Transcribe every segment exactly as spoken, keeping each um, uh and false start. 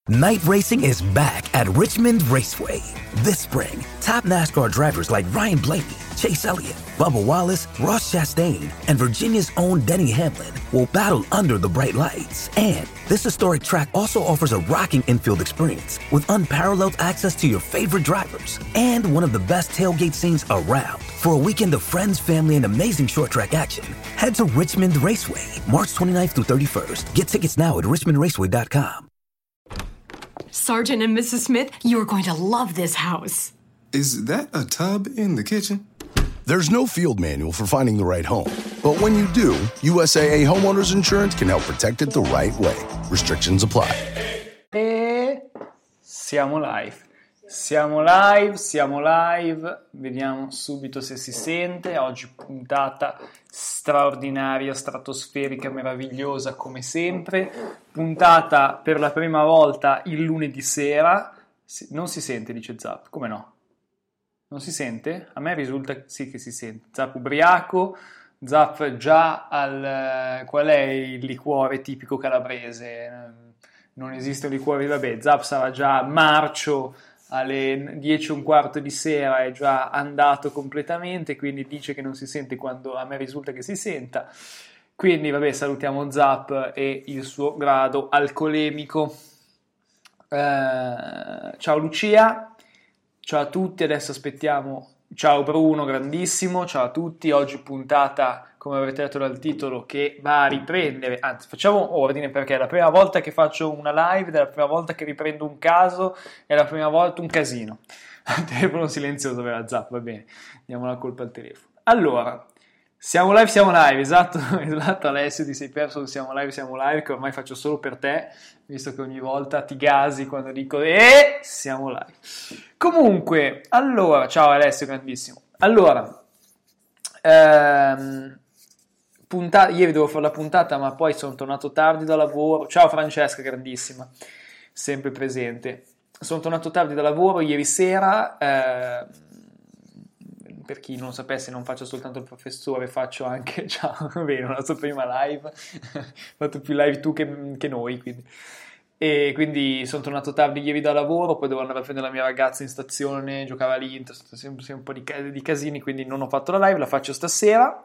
Night racing is back at Richmond Raceway. This spring, top NASCAR drivers like Ryan Blaney, Chase Elliott, Bubba Wallace, Ross Chastain, and Virginia's own Denny Hamlin will battle under the bright lights. And this historic track also offers a rocking infield experience with unparalleled access to your favorite drivers and one of the best tailgate scenes around. For a weekend of friends, family, and amazing short track action, head to Richmond Raceway, March twenty-ninth through thirty-first. Get tickets now at richmond raceway dot com. Sergeant and Missus Smith, you're going to love this house. Is that a tub in the kitchen? There's no field manual for finding the right home. But when you do, U S A A Homeowners Insurance can help protect it the right way. Restrictions apply. E siamo live. Siamo live, siamo live. Vediamo subito se si sente. Oggi puntata straordinaria, stratosferica, meravigliosa come sempre. Puntata per la prima volta il lunedì sera. Non si sente, dice Zap. Come no? Non si sente? A me risulta sì che si sente. Zap ubriaco, Zap già al... qual è il liquore tipico calabrese? Non esiste un liquore, vabbè, Zap sarà già marcio alle dieci e un quarto di sera, è già andato completamente, quindi dice che non si sente quando a me risulta che si senta. Quindi vabbè, salutiamo Zap e il suo grado alcolemico. Eh, ciao Lucia, ciao a tutti, adesso aspettiamo, ciao Bruno, grandissimo, ciao a tutti, oggi puntata, come avete detto dal titolo, che va a riprendere, anzi facciamo ordine perché è la prima volta che faccio una live, è la prima volta che riprendo un caso, è la prima volta un casino. Il telefono silenzioso per la Zap, va bene, diamo la colpa al telefono. Allora, siamo live, siamo live, esatto, esatto Alessio, ti sei perso, siamo live, siamo live, che ormai faccio solo per te, visto che ogni volta ti gasi quando dico eh, siamo live. Comunque, allora, ciao Alessio, grandissimo. Allora, ehm, puntata, ieri devo fare la puntata, ma poi sono tornato tardi da lavoro. Ciao Francesca, grandissima, sempre presente. Sono tornato tardi da lavoro ieri sera, eh, per chi non sapesse non faccio soltanto il professore, faccio anche, ciao, bene, la tua prima live, hai fatto più live tu che, che noi, quindi. E quindi sono tornato tardi ieri da lavoro, poi devo andare a prendere la mia ragazza in stazione, giocava all'Inter, sono sempre, sempre un po' di, di casini, quindi non ho fatto la live, la faccio stasera.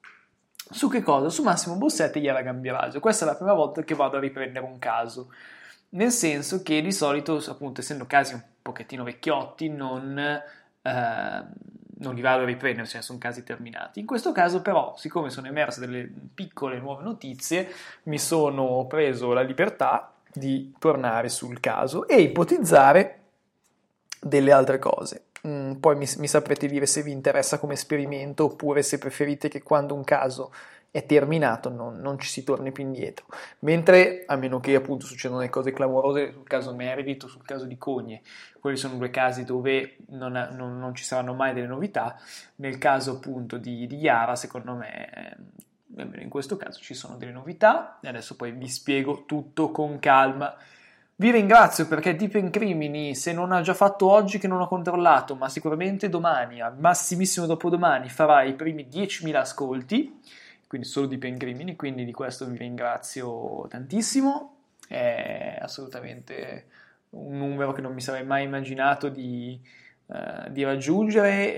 Su che cosa? Su Massimo Bossetti e Chiara Gambirasio. Questa è la prima volta che vado a riprendere un caso, nel senso che di solito, appunto, essendo casi un pochettino vecchiotti, non, eh, non li vado a riprendere, cioè sono casi terminati. In questo caso però, siccome sono emerse delle piccole nuove notizie, mi sono preso la libertà di tornare sul caso e ipotizzare delle altre cose. Mm, poi mi, mi saprete dire se vi interessa come esperimento oppure se preferite che quando un caso è terminato non, non ci si torni più indietro. Mentre, a meno che appunto succedano delle cose clamorose sul caso Meredith o sul caso di Cogne, quelli sono due casi dove non, non, non ci saranno mai delle novità. Nel caso appunto di, di Chiara, secondo me, in questo caso ci sono delle novità e adesso poi vi spiego tutto con calma. Vi ringrazio perché Deep in Crimini, se non ha già fatto oggi che non ho controllato, ma sicuramente domani, al massimissimo dopodomani, farà i primi diecimila ascolti, quindi solo Deep in Crimini, quindi di questo vi ringrazio tantissimo, è assolutamente un numero che non mi sarei mai immaginato di, uh, di raggiungere,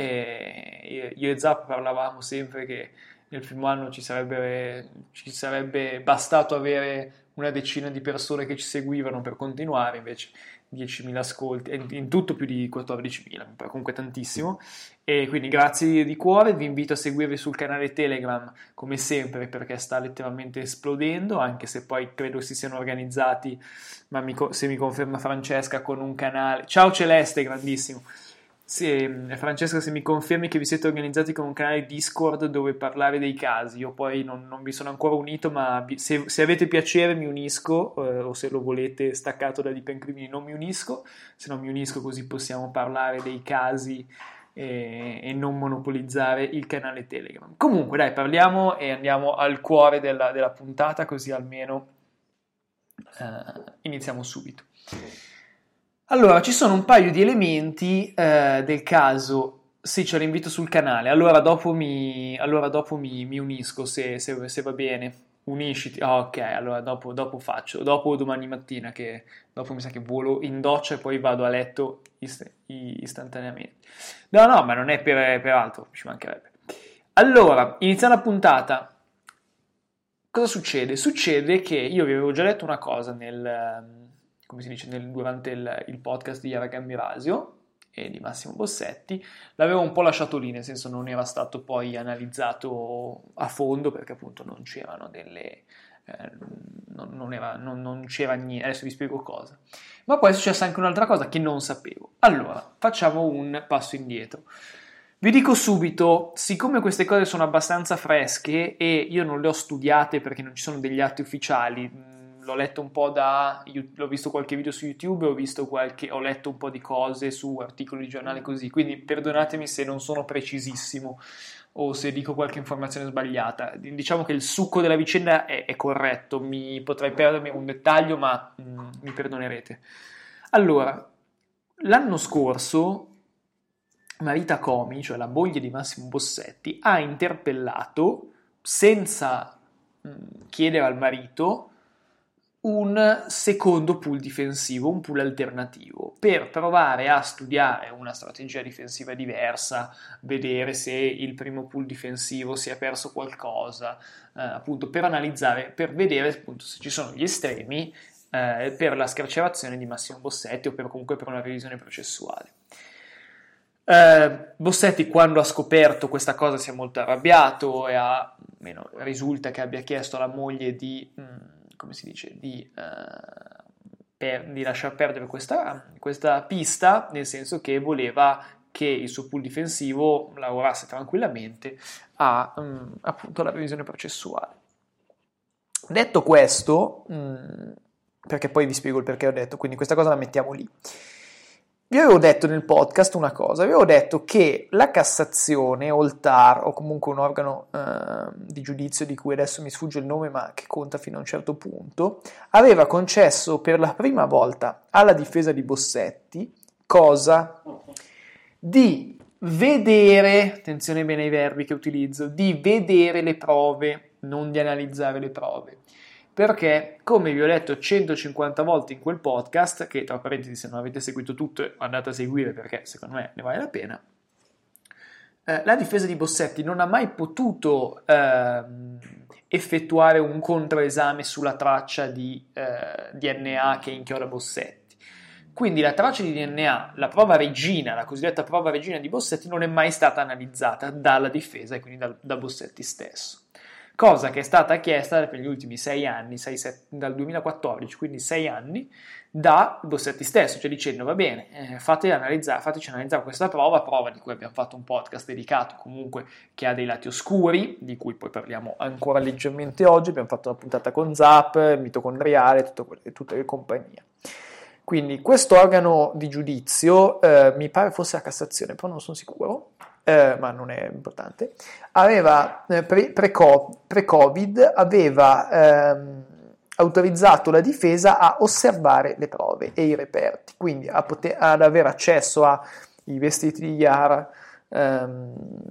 e io e Zap parlavamo sempre che nel primo anno ci sarebbe, ci sarebbe bastato avere una decina di persone che ci seguivano per continuare, invece diecimila ascolti, in tutto più di quattordicimila, comunque tantissimo, e quindi grazie di cuore, vi invito a seguirvi sul canale Telegram come sempre perché sta letteralmente esplodendo, anche se poi credo si siano organizzati, ma mi, se mi conferma Francesca, con un canale, ciao Celeste, grandissimo. Se, Francesca, se mi confermi che vi siete organizzati con un canale Discord dove parlare dei casi, io poi non, non vi sono ancora unito, ma se, se avete piacere mi unisco, eh, o se lo volete staccato da Deep in Crimini non mi unisco, se no mi unisco così possiamo parlare dei casi e, e non monopolizzare il canale Telegram. Comunque dai, parliamo e andiamo al cuore della, della puntata, così almeno eh, iniziamo subito. Allora, ci sono un paio di elementi eh, del caso. Sì, c'è l'invito sul canale, allora dopo mi, allora dopo mi, mi unisco se, se, se va bene. Unisciti, ah, ok, allora dopo, dopo faccio, dopo domani mattina, che dopo mi sa che volo in doccia e poi vado a letto ist- istantaneamente. No, no, ma non è per, per altro, ci mancherebbe. Allora, iniziamo la puntata. Cosa succede? Succede che io vi avevo già detto una cosa nel, come si dice, nel, durante il, il podcast di Yara Gambirasio e di Massimo Bossetti, l'avevo un po' lasciato lì, nel senso non era stato poi analizzato a fondo perché appunto non c'erano delle... Eh, non, non, era, non, non c'era niente, adesso vi spiego cosa. Ma poi è successa anche un'altra cosa che non sapevo. Allora, facciamo un passo indietro. Vi dico subito, siccome queste cose sono abbastanza fresche e io non le ho studiate perché non ci sono degli atti ufficiali, l'ho letto un po' da, l'ho visto qualche video su YouTube, ho visto qualche, ho letto un po' di cose su articoli di giornale così, quindi perdonatemi se non sono precisissimo o se dico qualche informazione sbagliata. Diciamo che il succo della vicenda è, è corretto, mi potrei perdermi un dettaglio, ma mm, mi perdonerete. Allora, l'anno scorso Marita Comi, cioè la moglie di Massimo Bossetti, ha interpellato, senza mh, chiedere al marito, un secondo pool difensivo, un pool alternativo, per provare a studiare una strategia difensiva diversa, vedere se il primo pool difensivo si è perso qualcosa, eh, appunto per analizzare, per vedere appunto se ci sono gli estremi eh, per la scarcerazione di Massimo Bossetti o per comunque per una revisione processuale. Uh, Bossetti, quando ha scoperto questa cosa, si è molto arrabbiato e ha, almeno risulta che abbia chiesto alla moglie di, mh, come si dice, di, uh, per, di lasciar perdere questa, questa pista, nel senso che voleva che il suo pool difensivo lavorasse tranquillamente a mh, appunto la revisione processuale. Detto questo, mh, perché poi vi spiego il perché ho detto, quindi questa cosa la mettiamo lì. Vi avevo detto nel podcast una cosa, avevo detto che la Cassazione o il T A R o comunque un organo eh, di giudizio di cui adesso mi sfugge il nome ma che conta fino a un certo punto, aveva concesso per la prima volta alla difesa di Bossetti cosa? Di vedere, attenzione bene ai verbi che utilizzo, di vedere le prove, non di analizzare le prove. Perché, come vi ho detto centocinquanta volte in quel podcast, che tra parentesi se non avete seguito tutto andate a seguire perché secondo me ne vale la pena, eh, la difesa di Bossetti non ha mai potuto eh, effettuare un controesame sulla traccia di eh, D N A che inchioda Bossetti. Quindi la traccia di D N A, la prova regina, la cosiddetta prova regina di Bossetti, non è mai stata analizzata dalla difesa e quindi da, da Bossetti stesso. Cosa che è stata chiesta per gli ultimi sei anni, sei, sette, dal duemilaquattordici, quindi sei anni, da Bossetti stesso, cioè dicendo va bene, eh, fate analizzare, fateci analizzare questa prova, prova di cui abbiamo fatto un podcast dedicato comunque che ha dei lati oscuri, di cui poi parliamo ancora leggermente oggi, abbiamo fatto una puntata con Zap, mitocondriale, tutto, tutte le compagnie. Quindi questo organo di giudizio, eh, mi pare fosse la Cassazione, però non sono sicuro, eh, ma non è importante, aveva eh, pre, pre-Covid aveva ehm, autorizzato la difesa a osservare le prove e i reperti, quindi a poter, ad avere accesso ai vestiti di Yara, ehm,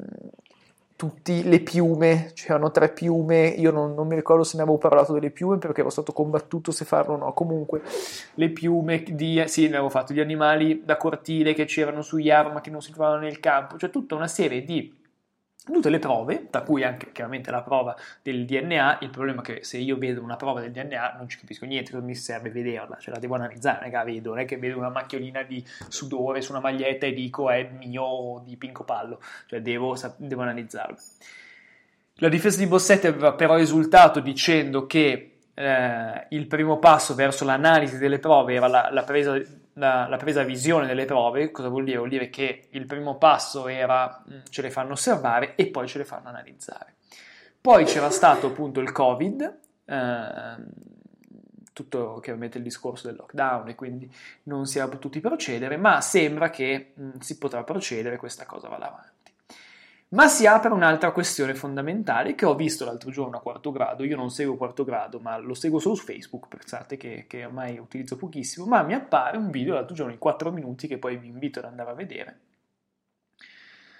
tutte le piume, c'erano tre piume, io non, non mi ricordo se ne avevo parlato delle piume perché ero stato combattuto se farlo o no, comunque le piume di, sì, ne avevo fatto, gli animali da cortile che c'erano su Yara ma che non si trovavano nel campo, cioè tutta una serie di tutte le prove, tra cui anche chiaramente la prova del D N A. Il problema è che se io vedo una prova del D N A non ci capisco niente, non mi serve vederla, cioè la devo analizzare, la vedo, non è che vedo una macchiolina di sudore su una maglietta e dico è mio di Pinco Pallo, cioè devo, devo analizzarlo. La difesa di Bossetti aveva però risultato dicendo che eh, il primo passo verso l'analisi delle prove era la, la presa La, la presa a visione delle prove. Cosa vuol dire? Vuol dire che il primo passo era ce le fanno osservare e poi ce le fanno analizzare. Poi c'era stato appunto il Covid, eh, tutto chiaramente il discorso del lockdown e quindi non si era potuti procedere, ma sembra che mh, si potrà procedere, questa cosa va avanti. Ma si apre un'altra questione fondamentale che ho visto l'altro giorno a quarto grado. Io non seguo quarto grado, ma lo seguo solo su Facebook, pensate che, che ormai utilizzo pochissimo, ma mi appare un video l'altro giorno in quattro minuti che poi vi invito ad andare a vedere,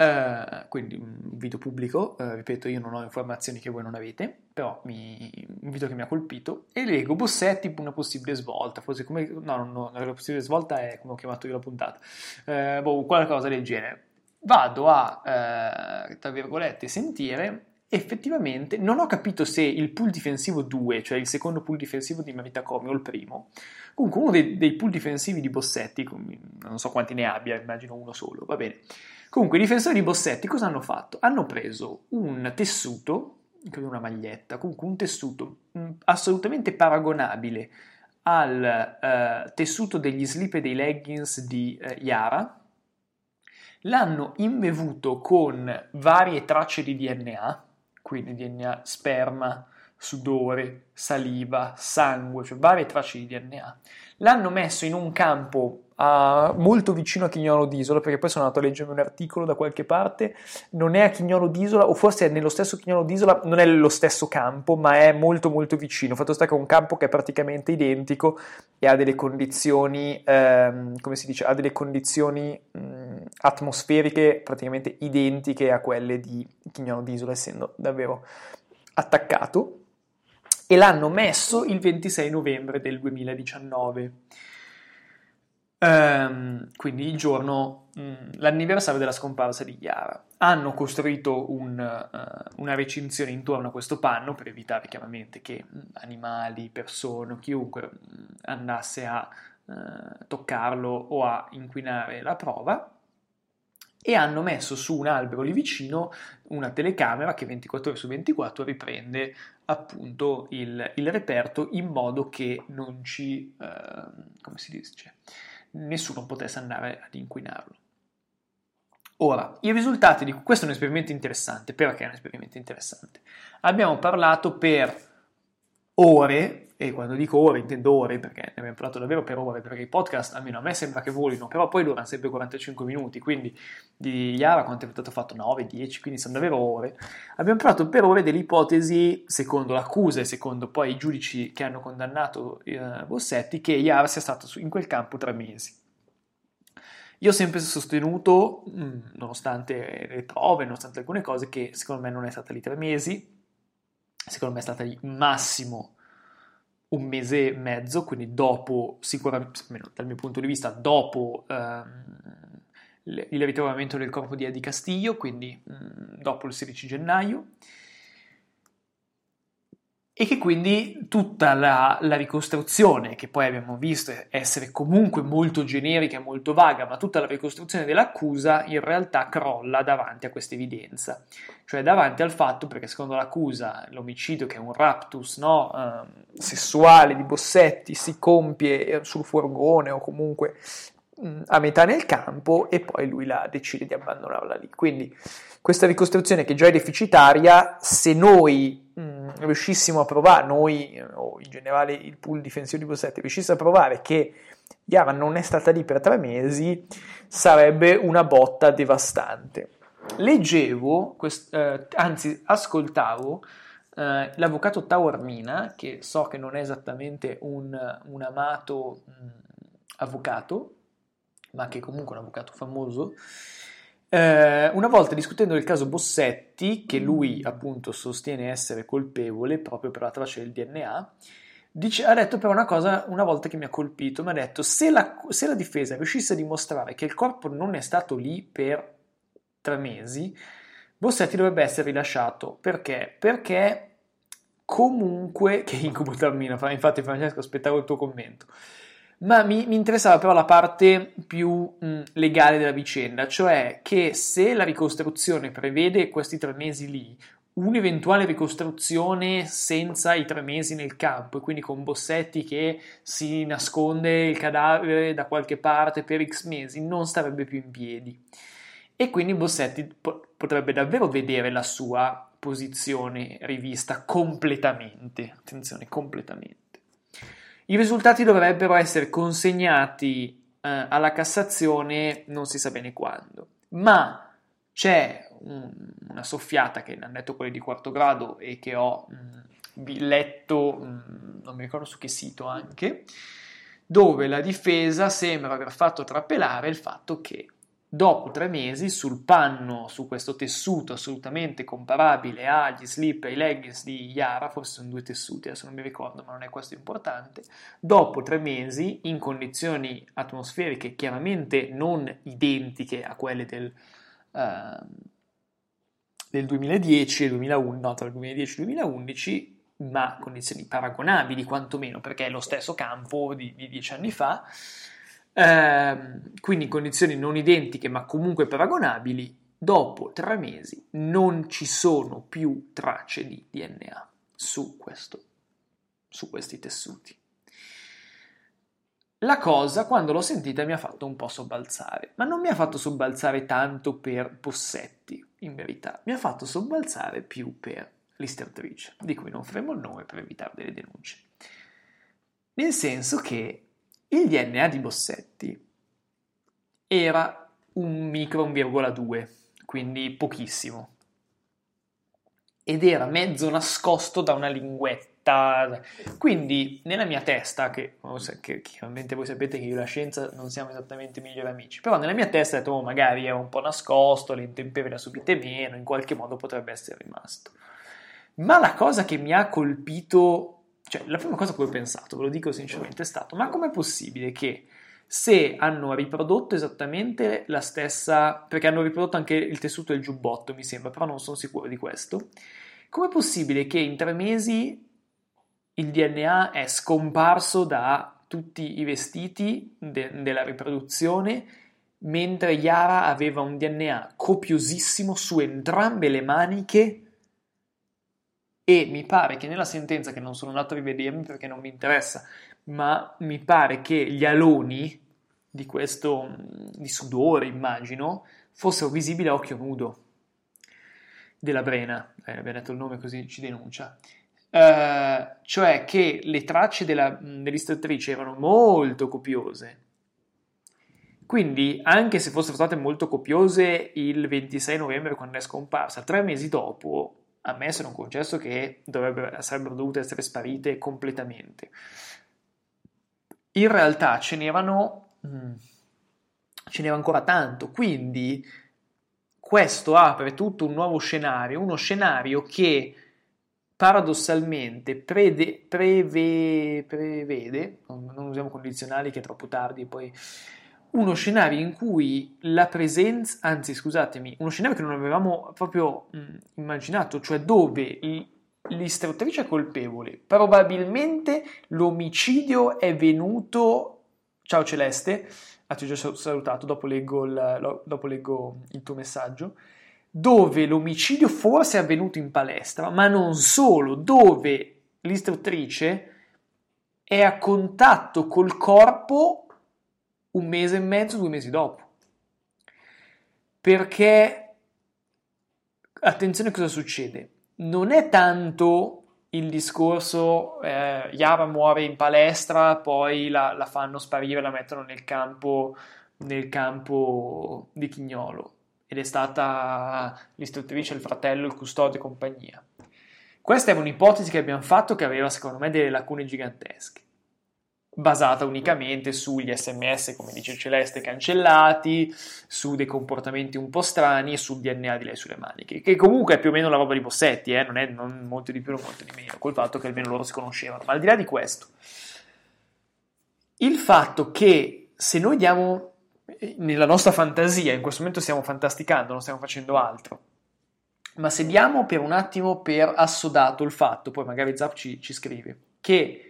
Uh, quindi un video pubblico, uh, ripeto, io non ho informazioni che voi non avete, però mi, un video che mi ha colpito, e leggo Bossetti una possibile svolta, forse come, no, no, no, la possibile svolta è come ho chiamato io la puntata, uh, boh, qualcosa del genere. Vado a, uh, tra virgolette, sentire, effettivamente non ho capito se il pool difensivo due, cioè il secondo pool difensivo di Marita Comi o il primo, comunque uno dei, dei pool difensivi di Bossetti, non so quanti ne abbia, immagino uno solo, va bene. Comunque i difensori di Bossetti cosa hanno fatto? Hanno preso un tessuto, credo una maglietta, comunque un tessuto mh, assolutamente paragonabile al eh, tessuto degli slip e dei leggings di eh, Yara, l'hanno imbevuto con varie tracce di D N A, quindi D N A sperma, sudore, saliva, sangue, cioè varie tracce di D N A, l'hanno messo in un campo Uh, molto vicino a Chignolo d'Isola, perché poi sono andato a leggermi un articolo da qualche parte, non è a Chignolo d'Isola, o forse è nello stesso Chignolo d'Isola, non è lo stesso campo, ma è molto molto vicino. Fatto sta che è un campo che è praticamente identico e ha delle condizioni, ehm, come si dice, ha delle condizioni mh, atmosferiche praticamente identiche a quelle di Chignolo d'Isola, essendo davvero attaccato, e l'hanno messo il ventisei novembre del duemiladiciannove. Um, quindi il giorno, mh, l'anniversario della scomparsa di Yara. Hanno costruito un, uh, una recinzione intorno a questo panno per evitare chiaramente che mh, animali, persone o chiunque mh, andasse a uh, toccarlo o a inquinare la prova, e hanno messo su un albero lì vicino una telecamera che ventiquattro ore su ventiquattro riprende appunto il, il reperto, in modo che non ci, uh, come si dice, nessuno potesse andare ad inquinarlo. Ora, i risultati di questo è un esperimento interessante. Perché è un esperimento interessante? Abbiamo parlato per ore, e quando dico ore intendo ore perché ne abbiamo parlato davvero per ore, perché i podcast, almeno a me sembra che volino, però poi durano sempre quarantacinque minuti, quindi di Yara quante puntate ho fatto? nove, dieci, quindi sono davvero ore. Abbiamo parlato per ore dell'ipotesi, secondo l'accusa e secondo poi i giudici che hanno condannato eh, Bossetti, che Yara sia stato in quel campo tre mesi. Io ho sempre sostenuto, mh, nonostante le prove, nonostante alcune cose, che secondo me non è stata lì tre mesi, secondo me è stata lì massimo un mese e mezzo, quindi dopo, sicuramente, almeno dal mio punto di vista, dopo ehm, il ritrovamento del corpo di Eddie Castillo, quindi mh, dopo il sedici gennaio, e che quindi tutta la, la ricostruzione, che poi abbiamo visto essere comunque molto generica e molto vaga, ma tutta la ricostruzione dell'accusa in realtà crolla davanti a questa evidenza, cioè davanti al fatto, perché secondo l'accusa l'omicidio, che è un raptus, no, eh, sessuale di Bossetti, si compie sul furgone o comunque mh, a metà nel campo, e poi lui la decide di abbandonarla lì. Quindi questa ricostruzione, che già è deficitaria, se noi mh, riuscissimo a provare, noi o in generale il pool difensivo di Bossetti riuscisse a provare che Yara non è stata lì per tre mesi, sarebbe una botta devastante. Leggevo, quest- eh, anzi ascoltavo eh, l'avvocato Taormina, che so che non è esattamente un, un amato mh, avvocato, ma che comunque è un avvocato famoso. Eh, una volta discutendo del caso Bossetti, che lui appunto sostiene essere colpevole proprio per la traccia del D N A, dice, ha detto però una cosa una volta che mi ha colpito, mi ha detto: se la, se la difesa riuscisse a dimostrare che il corpo non è stato lì per tre mesi, Bossetti dovrebbe essere rilasciato. Perché? Perché comunque, che incubo termina, infatti Francesco aspettavo il tuo commento, ma mi, mi interessava però la parte più mh, legale della vicenda, cioè che se la ricostruzione prevede questi tre mesi lì, un'eventuale ricostruzione senza i tre mesi nel campo, e quindi con Bossetti che si nasconde il cadavere da qualche parte per X mesi, non starebbe più in piedi, e quindi Bossetti po- potrebbe davvero vedere la sua posizione rivista completamente, attenzione, completamente. I risultati dovrebbero essere consegnati eh, alla Cassazione non si sa bene quando, ma c'è un, una soffiata che hanno detto quelli di quarto grado e che ho mh, letto, mh, non mi ricordo su che sito anche, dove la difesa sembra aver fatto trapelare il fatto che dopo tre mesi sul panno, su questo tessuto assolutamente comparabile agli slip e ai leggings di Yara, forse sono due tessuti, adesso non mi ricordo, ma non è questo importante, dopo tre mesi in condizioni atmosferiche chiaramente non identiche a quelle del, uh, del duemiladieci e duemilaundici, no, tra il duemiladieci e il duemilaundici, ma condizioni paragonabili quantomeno, perché è lo stesso campo di, di dieci anni fa, eh, quindi condizioni non identiche ma comunque paragonabili, dopo tre mesi non ci sono più tracce di D N A su, questo, su questi tessuti. La cosa, quando l'ho sentita, mi ha fatto un po' sobbalzare, ma non mi ha fatto sobbalzare tanto per Possetti, in verità, mi ha fatto sobbalzare più per l'istertrice, di cui non faremo il nome per evitare delle denunce. Nel senso che il D N A di Bossetti era un micron virgola due, quindi pochissimo, ed era mezzo nascosto da una linguetta. Quindi nella mia testa, che, che chiaramente voi sapete che io e la scienza non siamo esattamente migliori amici, però nella mia testa ho detto, oh, magari era un po' nascosto, le intemperie le ha subite meno, in qualche modo potrebbe essere rimasto. Ma la cosa che mi ha colpito, cioè la prima cosa che ho pensato, ve lo dico sinceramente, è stato, ma com'è possibile che se hanno riprodotto esattamente la stessa, perché hanno riprodotto anche il tessuto del giubbotto, mi sembra, però non sono sicuro di questo, com'è possibile che in tre mesi il D N A è scomparso da tutti i vestiti de- della riproduzione, mentre Yara aveva un D N A copiosissimo su entrambe le maniche? E mi pare che nella sentenza, che non sono andato a rivedermi perché non mi interessa, ma mi pare che gli aloni di questo, di sudore, immagino, fossero visibili a occhio nudo della Brena, eh, abbiamo detto il nome così ci denuncia, eh, cioè che le tracce della, dell'istertrice erano molto copiose. Quindi, anche se fossero state molto copiose il ventisei novembre, quando è scomparsa, tre mesi dopo, a me sono concesso che sarebbero dovute essere sparite completamente. In realtà ce n'erano, mh, ce n'era ancora tanto, quindi questo apre tutto un nuovo scenario, uno scenario che paradossalmente prede, preve, prevede, non, non usiamo condizionali che è troppo tardi, poi uno scenario in cui la presenza, anzi scusatemi, uno scenario che non avevamo proprio mh, immaginato, cioè dove l'istertrice è colpevole, probabilmente l'omicidio è venuto, ciao Celeste, ah, ti ho già salutato, dopo leggo il, dopo leggo il tuo messaggio, dove l'omicidio forse è avvenuto in palestra, ma non solo, dove l'istertrice è a contatto col corpo un mese e mezzo, due mesi dopo. Perché, attenzione cosa succede, non è tanto il discorso eh, Yara muore in palestra, poi la, la fanno sparire, la mettono nel campo, nel campo di Chignolo, ed è stata l'istruttrice, il fratello, il custode e compagnia. Questa è un'ipotesi che abbiamo fatto che aveva secondo me delle lacune gigantesche, basata unicamente sugli sms, come dice Celeste, cancellati, su dei comportamenti un po' strani e sul D N A di lei sulle maniche, che comunque è più o meno la roba di Bossetti, eh? non è non molto di più, non molto di meno, col fatto che almeno loro si conoscevano. Ma al di là di questo, il fatto che se noi diamo, nella nostra fantasia, in questo momento stiamo fantasticando, non stiamo facendo altro, ma se diamo per un attimo per assodato il fatto, poi magari Zap ci, ci scrive, che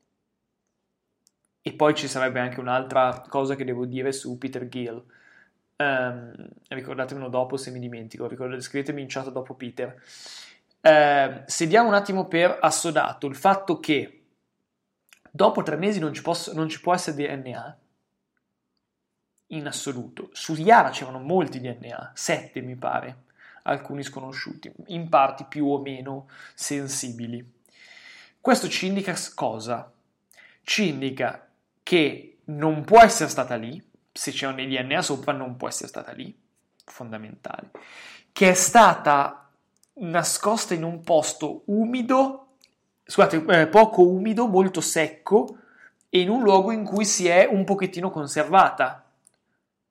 e poi ci sarebbe anche un'altra cosa che devo dire su Peter Gill. Um, ricordatemelo dopo se mi dimentico, ricordate, scrivetemi in chat dopo Peter. Uh, se diamo un attimo per assodato il fatto che dopo tre mesi non ci, posso, non ci può essere D N A, in assoluto. Su Yara c'erano molti D N A, sette mi pare, alcuni sconosciuti, in parti più o meno sensibili. Questo ci indica cosa? Ci indica che non può essere stata lì, se c'erano dei D N A sopra non può essere stata lì, fondamentale, che è stata nascosta in un posto umido, scusate, eh, poco umido, molto secco, e in un luogo in cui si è un pochettino conservata,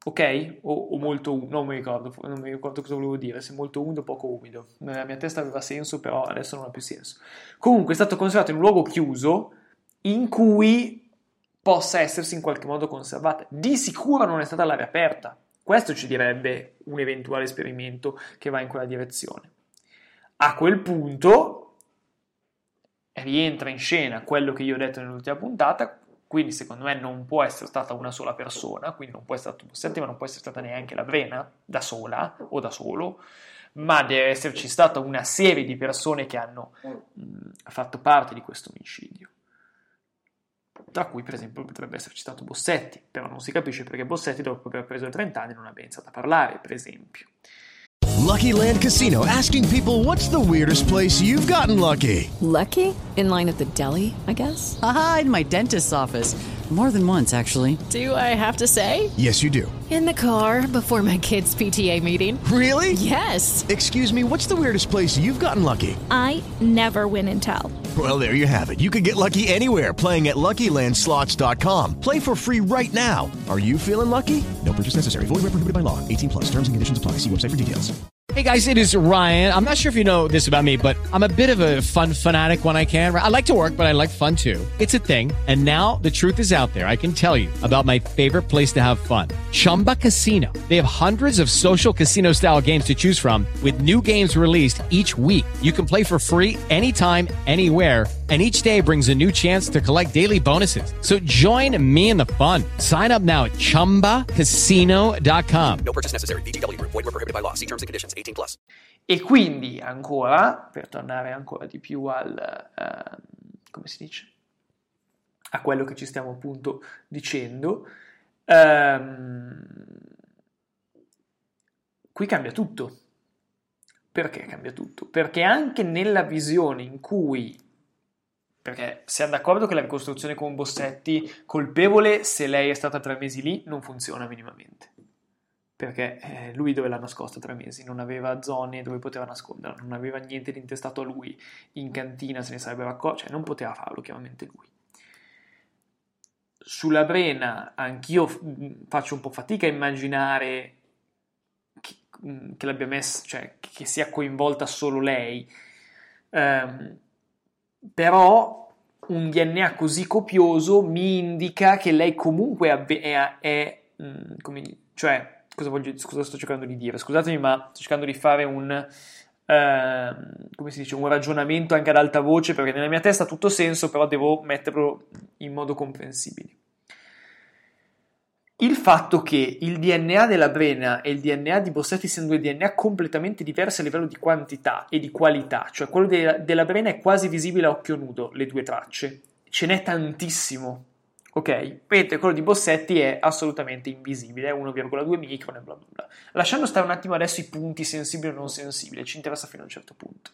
ok? O, o molto umido, non mi ricordo, non mi ricordo cosa volevo dire, se molto umido o poco umido. Nella mia testa aveva senso, però adesso non ha più senso. Comunque è stato conservato in un luogo chiuso in cui possa essersi in qualche modo conservata. Di sicuro non è stata all'aria aperta. Questo ci direbbe un eventuale esperimento che va in quella direzione. A quel punto rientra in scena quello che io ho detto nell'ultima puntata, quindi secondo me non può essere stata una sola persona, quindi non può essere stato Bossetti, ma non può essere stata neanche la Brena da sola o da solo, ma deve esserci stata una serie di persone che hanno mh, fatto parte di questo omicidio, tra cui per esempio potrebbe esserci stato Bossetti, però non si capisce perché Bossetti dopo aver preso i trenta anni non abbia iniziato a parlare, per esempio. Lucky Land Casino, asking people, what's the weirdest place you've gotten lucky? Lucky? In line at the deli, I guess? Aha, in my dentist's office. More than once, actually. Do I have to say? Yes, you do. In the car before my kids' P T A meeting. Really? Yes. Excuse me, what's the weirdest place you've gotten lucky? I never win and tell. Well, there you have it. You can get lucky anywhere, playing at Lucky Land Slots dot com. Play for free right now. Are you feeling lucky? No purchase necessary. Void where prohibited by law. eighteen plus. Terms and conditions apply. See website for details. Hey guys, it is Ryan. I'm not sure if you know this about me, but I'm a bit of a fun fanatic when I can. I like to work, but I like fun too. It's a thing. And now the truth is out there. I can tell you about my favorite place to have fun. Chumba Casino. They have hundreds of social casino style games to choose from with new games released each week. You can play for free anytime, anywhere. And each day brings a new chance to collect daily bonuses. So join me in the fun. Sign up now at chumba casino dot com. No purchase necessary. V G W Group. Void where prohibited by law. See terms and conditions. eighteen plus. E quindi ancora, per tornare ancora di più al, uh, come si dice, a quello che ci stiamo appunto dicendo, um, qui cambia tutto. Perché cambia tutto? Perché anche nella visione in cui, perché siamo d'accordo che la ricostruzione con Bossetti colpevole, se lei è stata tre mesi lì, non funziona minimamente. Perché eh, lui dove l'ha nascosta tre mesi? Non aveva zone dove poteva nasconderla, non aveva niente di intestato a lui, in cantina se ne sarebbe accorto, cioè non poteva farlo chiaramente lui. Sulla Brena anch'io faccio un po' fatica a immaginare che, che l'abbia messa, cioè che sia coinvolta solo lei, um, però un D N A così copioso mi indica che lei comunque è, è, è mh, come, cioè Cosa, voglio, cosa sto cercando di dire? Scusatemi, ma sto cercando di fare un, eh, come si dice, un ragionamento anche ad alta voce, perché nella mia testa ha tutto senso, però devo metterlo in modo comprensibile. Il fatto che il D N A della Brena e il D N A di Bossetti siano due D N A completamente diversi a livello di quantità e di qualità, cioè quello de- della Brena è quasi visibile a occhio nudo, le due tracce, ce n'è tantissimo. Ok, mentre quello di Bossetti è assolutamente invisibile, è uno virgola due micron e bla bla bla. Lasciando stare un attimo adesso i punti sensibili o non sensibili, ci interessa fino a un certo punto.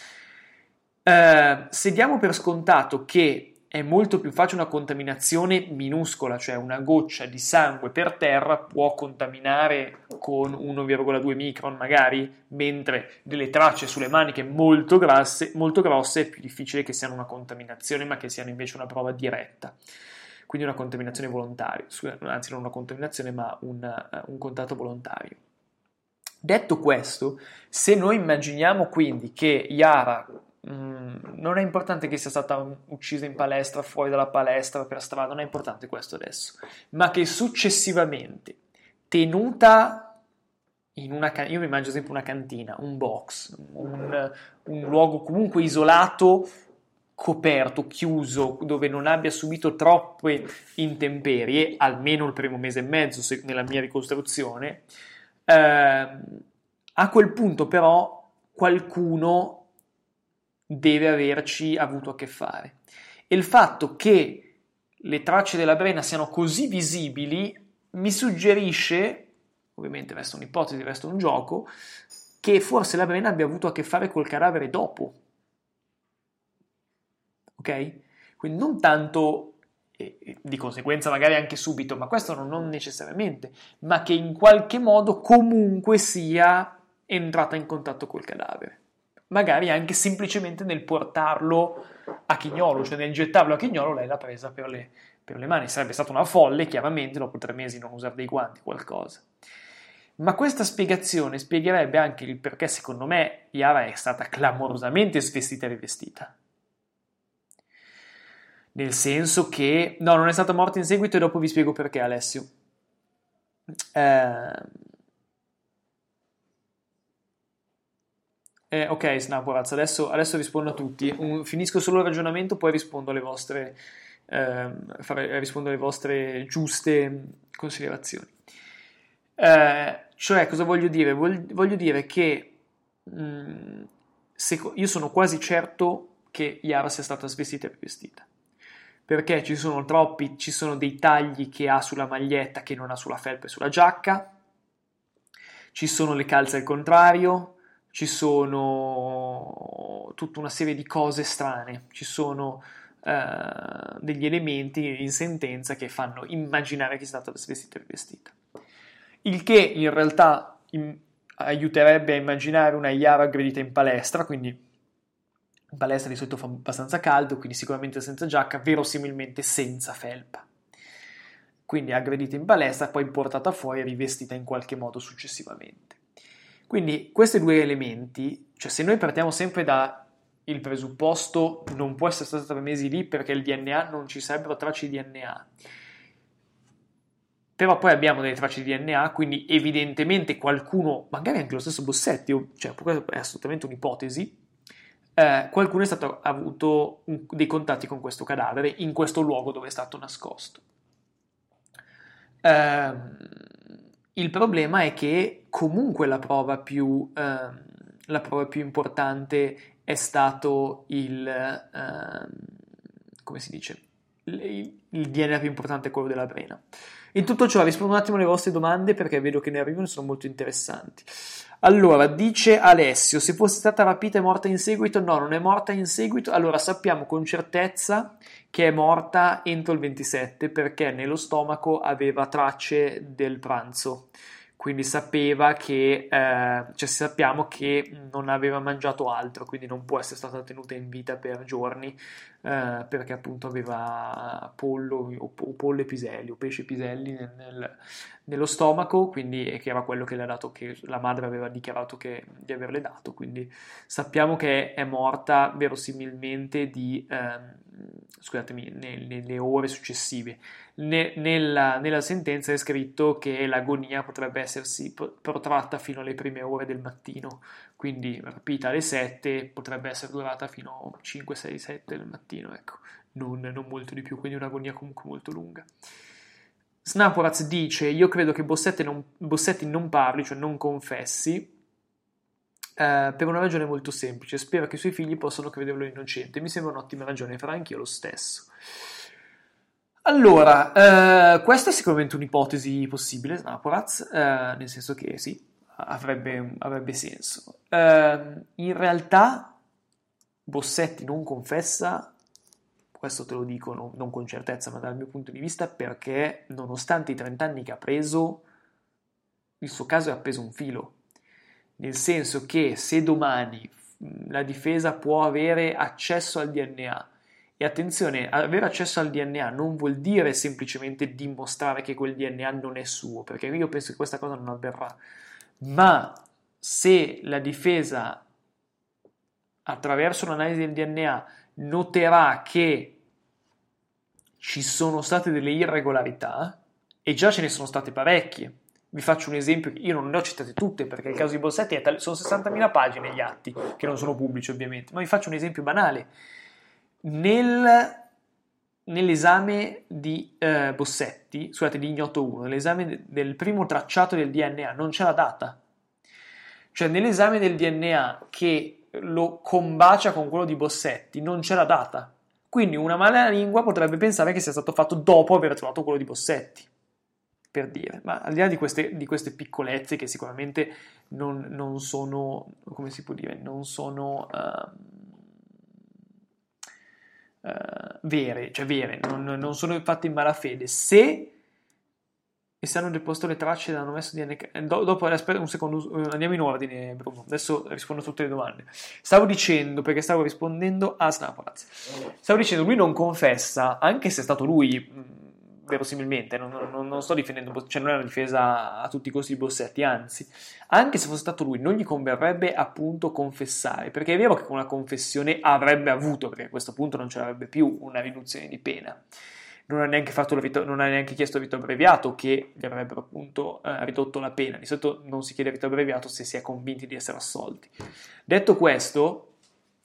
Uh, se diamo per scontato che è molto più facile una contaminazione minuscola, cioè una goccia di sangue per terra può contaminare con uno virgola due micron magari, mentre delle tracce sulle maniche molto grasse, molto grosse è più difficile che siano una contaminazione, ma che siano invece una prova diretta. Quindi una contaminazione volontaria, anzi non una contaminazione ma un, uh, un contatto volontario. Detto questo, se noi immaginiamo quindi che Yara, mh, non è importante che sia stata uccisa in palestra, fuori dalla palestra, per strada, non è importante questo adesso, ma che successivamente, tenuta in una, io mi immagino sempre una cantina, un box, un, un luogo comunque isolato, coperto, chiuso, dove non abbia subito troppe intemperie, almeno il primo mese e mezzo se, nella mia ricostruzione, eh, a quel punto però qualcuno deve averci avuto a che fare. E il fatto che le tracce della Brena siano così visibili mi suggerisce, ovviamente resta un'ipotesi, resta un gioco, che forse la Brena abbia avuto a che fare col cadavere dopo. Ok? Quindi non tanto, e, e di conseguenza magari anche subito, ma questo non, non necessariamente, ma che in qualche modo comunque sia entrata in contatto col cadavere. Magari anche semplicemente nel portarlo a Chignolo, cioè nel gettarlo a Chignolo lei l'ha presa per le, per le mani sarebbe stata una folle, chiaramente, dopo tre mesi non usare dei guanti, qualcosa. Ma questa spiegazione spiegherebbe anche il perché, secondo me, Yara è stata clamorosamente svestita e rivestita. Nel senso che... No, non è stata morta in seguito e dopo vi spiego perché, Alessio. Eh... Eh, ok, Snaporaz, adesso, adesso rispondo a tutti. Un, finisco solo il ragionamento, poi rispondo alle vostre, eh, fare, rispondo alle vostre giuste considerazioni. Eh, cioè, cosa voglio dire? Voglio, voglio dire che mh, se, io sono quasi certo che Yara sia stata svestita e rivestita. Perché ci sono troppi, ci sono dei tagli che ha sulla maglietta che non ha sulla felpa e sulla giacca, ci sono le calze al contrario, ci sono tutta una serie di cose strane, ci sono eh, degli elementi in sentenza che fanno immaginare che sia stata svestita e rivestita. Il che in realtà in, aiuterebbe a immaginare una Yara aggredita in palestra, quindi in palestra di solito fa abbastanza caldo, quindi sicuramente senza giacca, verosimilmente senza felpa. Quindi aggredita in palestra, poi portata fuori e rivestita in qualche modo successivamente. Quindi questi due elementi, cioè se noi partiamo sempre dal presupposto non può essere stata tre mesi lì perché il D N A non ci sarebbero tracce di D N A, però poi abbiamo delle tracce di D N A, quindi evidentemente qualcuno, magari anche lo stesso Bossetti, cioè è assolutamente un'ipotesi, eh, qualcuno è stato ha avuto un, dei contatti con questo cadavere in questo luogo dove è stato nascosto. Ehm, il problema è che comunque la prova più, ehm, la prova più importante è stato il, ehm, come si dice, il, il D N A più importante è quello della Brena. In tutto ciò rispondo un attimo alle vostre domande perché vedo che ne arrivano e sono molto interessanti. Allora, dice Alessio, se fosse stata rapita e morta in seguito, no, non è morta in seguito, allora sappiamo con certezza che è morta entro il ventisette perché nello stomaco aveva tracce del pranzo, quindi sapeva che, eh, cioè sappiamo che non aveva mangiato altro, quindi non può essere stata tenuta in vita per giorni, eh, perché appunto aveva pollo o, o pollo e piselli o pesce e piselli nel, nel, nello stomaco, quindi e che era quello che le ha dato, che la madre aveva dichiarato che, di averle dato, quindi sappiamo che è morta verosimilmente di, ehm, scusatemi, nelle, nelle ore successive. Ne, nella, nella sentenza è scritto che l'agonia potrebbe essersi protratta fino alle prime ore del mattino, quindi rapita alle sette potrebbe essere durata fino a cinque, sei, sette del mattino, ecco, non, non molto di più, quindi un'agonia comunque molto lunga. Snaporaz dice, io credo che Bossetti non, Bossetti non parli, cioè non confessi, eh, per una ragione molto semplice, spero che i suoi figli possano crederlo innocente, mi sembra un'ottima ragione, farà anch'io lo stesso. Allora, eh, questa è sicuramente un'ipotesi possibile, Snaporaz, eh, nel senso che sì, avrebbe, avrebbe senso. Eh, in realtà Bossetti non confessa, questo te lo dico non, non con certezza, ma dal mio punto di vista, perché nonostante i trenta anni che ha preso, il suo caso è appeso un filo, nel senso che se domani la difesa può avere accesso al D N A, e attenzione, avere accesso al D N A non vuol dire semplicemente dimostrare che quel D N A non è suo, perché io penso che questa cosa non avverrà, ma se la difesa attraverso l'analisi del D N A noterà che ci sono state delle irregolarità, e già ce ne sono state parecchie. Vi faccio un esempio, io non le ho citate tutte perché il caso di Bossetti è tal- sono sessantamila pagine gli atti, che non sono pubblici ovviamente, ma vi faccio un esempio banale. Nel, nell'esame di eh, Bossetti, scusate, di Ignoto uno, nell'esame de- del primo tracciato del D N A non c'è la data. Cioè nell'esame del D N A che lo combacia con quello di Bossetti non c'è la data. Quindi una malalingua potrebbe pensare che sia stato fatto dopo aver trovato quello di Bossetti, per dire. Ma al di là di queste, di queste piccolezze che sicuramente non, non sono, come si può dire, non sono... Uh, Uh, vere, cioè vere, non, non sono fatte in malafede. Se e se hanno deposto le tracce e hanno messo D N A. Do, dopo, aspetta un secondo, andiamo in ordine, Bruno. Adesso rispondo a tutte le domande. Stavo dicendo, perché stavo rispondendo a Snaporaz. Stavo dicendo, lui non confessa, anche se è stato lui, mh, verosimilmente, non, non, non sto difendendo, cioè non è una difesa a tutti i costi di Bossetti, anzi, anche se fosse stato lui, non gli converrebbe appunto confessare, perché è vero che con una confessione avrebbe avuto, perché a questo punto non ce l'avrebbe più, una riduzione di pena. Non ha neanche fatto il rito, non ha neanche chiesto il rito abbreviato, che gli avrebbero appunto eh, ridotto la pena. Di solito non si chiede il rito abbreviato se si è convinti di essere assolti. Detto questo,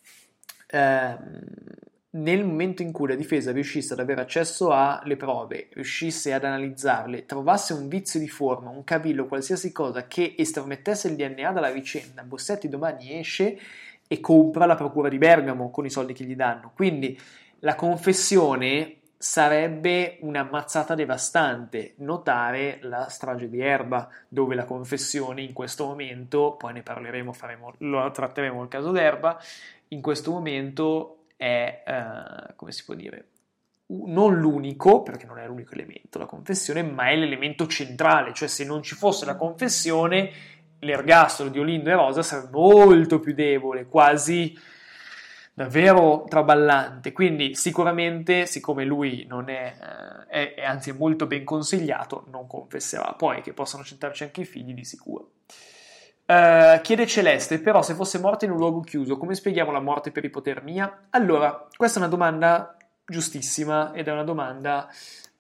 ehm, nel momento in cui la difesa riuscisse ad avere accesso alle prove, riuscisse ad analizzarle, trovasse un vizio di forma, un cavillo, qualsiasi cosa che estromettesse il D N A dalla vicenda, Bossetti domani esce e compra la procura di Bergamo con i soldi che gli danno. Quindi la confessione sarebbe una mazzata devastante. Notare la strage di Erba, dove la confessione in questo momento, poi ne parleremo, faremo, lo tratteremo il caso d'Erba, in questo momento è, eh, come si può dire, non l'unico, perché non è l'unico elemento, la confessione, ma è l'elemento centrale, cioè se non ci fosse la confessione, l'ergastolo di Olindo e Rosa sarebbe molto più debole, quasi davvero traballante. Quindi sicuramente, siccome lui non è, eh, è, è anzi è molto ben consigliato, non confesserà. Poi che possano accettarci anche i figli di sicuro. Uh, chiede Celeste, però se fosse morta in un luogo chiuso, come spieghiamo la morte per ipotermia? Allora, questa è una domanda giustissima ed è una domanda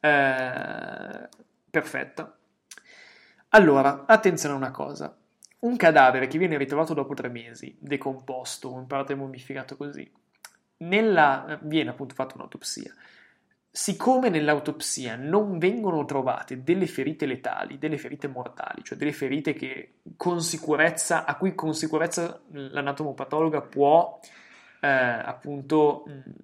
uh, perfetta. Allora, attenzione a una cosa. Un cadavere che viene ritrovato dopo tre mesi, decomposto, in parte mummificato così, nella, viene appunto fatta un'autopsia. Siccome nell'autopsia non vengono trovate delle ferite letali, delle ferite mortali, cioè delle ferite che con sicurezza, a cui con sicurezza l'anatomopatologa può eh, appunto,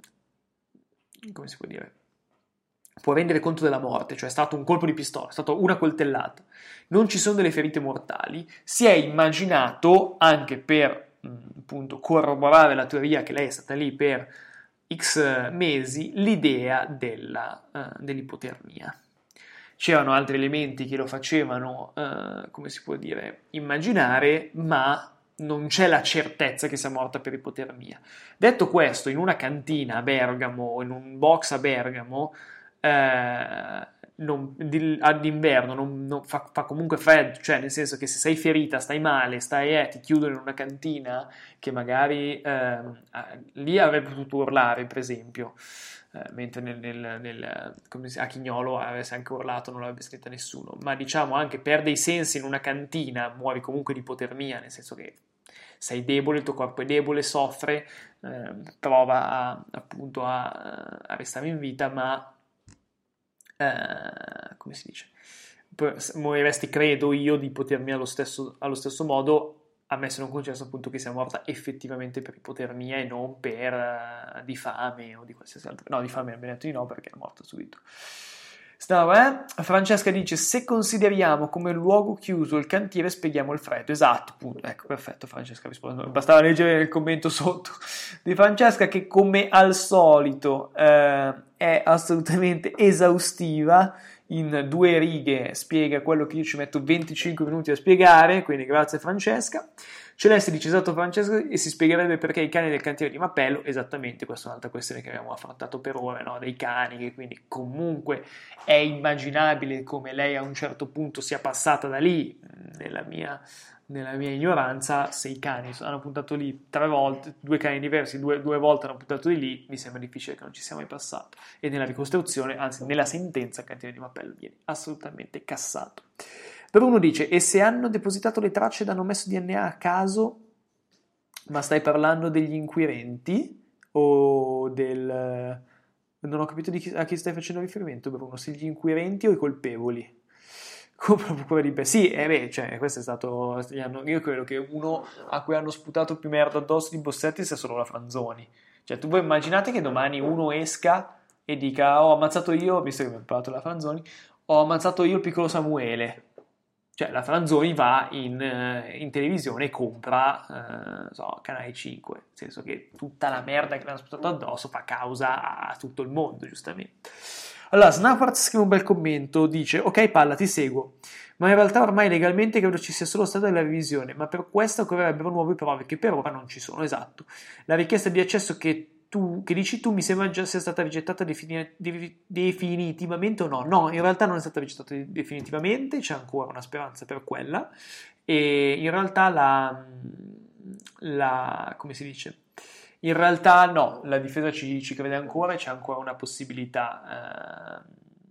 come si può dire, può rendere conto della morte, cioè è stato un colpo di pistola, è stata una coltellata, non ci sono delle ferite mortali, si è immaginato, anche per appunto corroborare la teoria che lei è stata lì per X mesi, l'idea della, uh, dell'ipotermia. C'erano altri elementi che lo facevano, uh, come si può dire, immaginare, ma non c'è la certezza che sia morta per ipotermia. Detto questo, in una cantina a Bergamo, in un box a Bergamo, eh, non, di, d'inverno non, non fa, fa comunque freddo, cioè nel senso che se sei ferita, stai male, stai eh, ti chiudono in una cantina che magari eh, lì avrebbe potuto urlare, per esempio, eh, mentre nel, nel, nel, come si, a Chignolo avesse anche urlato, non l'avrebbe sentita nessuno, ma diciamo anche perde i sensi in una cantina, muori comunque di ipotermia, nel senso che sei debole, il tuo corpo è debole, soffre, eh, prova a, appunto a, a restare in vita, ma Uh, come si dice, moriresti, credo io, di ipotermia allo stesso, allo stesso modo, ammesso non concesso appunto che sia morta effettivamente per ipotermia e non per uh, di fame o di qualsiasi altro. No, di fame abbiamo detto di no perché è morta subito. Stava, eh? Francesca dice: se consideriamo come luogo chiuso il cantiere, spieghiamo il freddo. Esatto, punto. Ecco, perfetto, Francesca risponde. Bastava leggere il commento sotto di Francesca, che come al solito eh, è assolutamente esaustiva. In due righe spiega quello che io ci metto venticinque minuti a spiegare, quindi grazie Francesca. Celeste dice: esatto Francesca, e si spiegherebbe perché i cani del cantiere di Mappello, esattamente, questa è un'altra questione che abbiamo affrontato per ore, no? Dei cani, che quindi comunque è immaginabile come lei a un certo punto sia passata da lì, nella mia, nella mia ignoranza. Se i cani hanno puntato lì tre volte, due cani diversi, due, due volte hanno puntato di lì, mi sembra difficile che non ci sia mai passato. E nella ricostruzione, anzi nella sentenza, il cantiere di Mappello viene assolutamente cassato. Bruno dice: e se hanno depositato le tracce ed hanno messo D N A a caso, ma stai parlando degli inquirenti o del... non ho capito di chi, a chi stai facendo riferimento, Bruno, se gli inquirenti o i colpevoli? Come sì, eh beh, cioè, questo è stato, io credo che uno a cui hanno sputato più merda addosso di Bossetti sia solo la Franzoni. Cioè, tu voi immaginate che domani uno esca e dica: ho ammazzato io, visto che mi ha parlato la Franzoni, ho ammazzato io il piccolo Samuele. Cioè la Franzoni va in, in televisione e compra, eh, so, Canale cinque, nel senso che tutta la merda che l'hanno sputato addosso fa causa a tutto il mondo, giustamente. Allora, Snapart scrive un bel commento, dice: ok Palla, ti seguo, ma in realtà ormai legalmente credo ci sia solo stata la revisione, ma per questo occorrerebbero nuove prove che per ora non ci sono. Esatto, la richiesta di accesso che tu, che dici tu, mi sembra già sia stata rigettata defini- de- definitivamente o no? No, in realtà non è stata rigettata definitivamente, c'è ancora una speranza per quella, e in realtà la, la come si dice? In realtà no, la difesa ci, ci crede ancora e c'è ancora una possibilità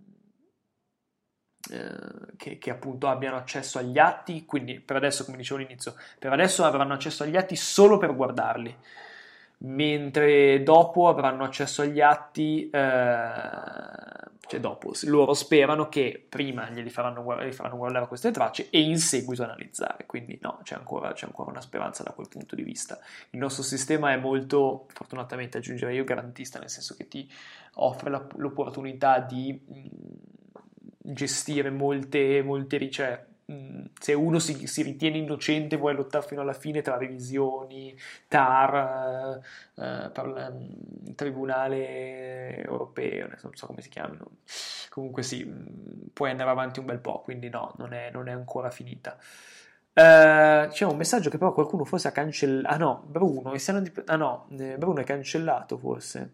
eh, eh, che, che appunto abbiano accesso agli atti, quindi per adesso, come dicevo all'inizio, per adesso avranno accesso agli atti solo per guardarli, mentre dopo avranno accesso agli atti, eh, cioè dopo, loro sperano che prima glieli faranno, gli faranno guardare queste tracce e in seguito analizzare, quindi no, c'è ancora, c'è ancora una speranza da quel punto di vista. Il nostro sistema è molto, fortunatamente aggiungerei io, garantista, nel senso che ti offre la, l'opportunità di mh, gestire molte, molte ricerche. Se uno si, si ritiene innocente, vuole lottare fino alla fine tra revisioni, T A R, eh, per il Tribunale Europeo, non so come si chiamino, comunque sì, puoi andare avanti un bel po', quindi no, non è, non è ancora finita. Uh, c'è un messaggio che però qualcuno forse ha cancellato. Ah no, Bruno, dip- ah no, Bruno è cancellato forse.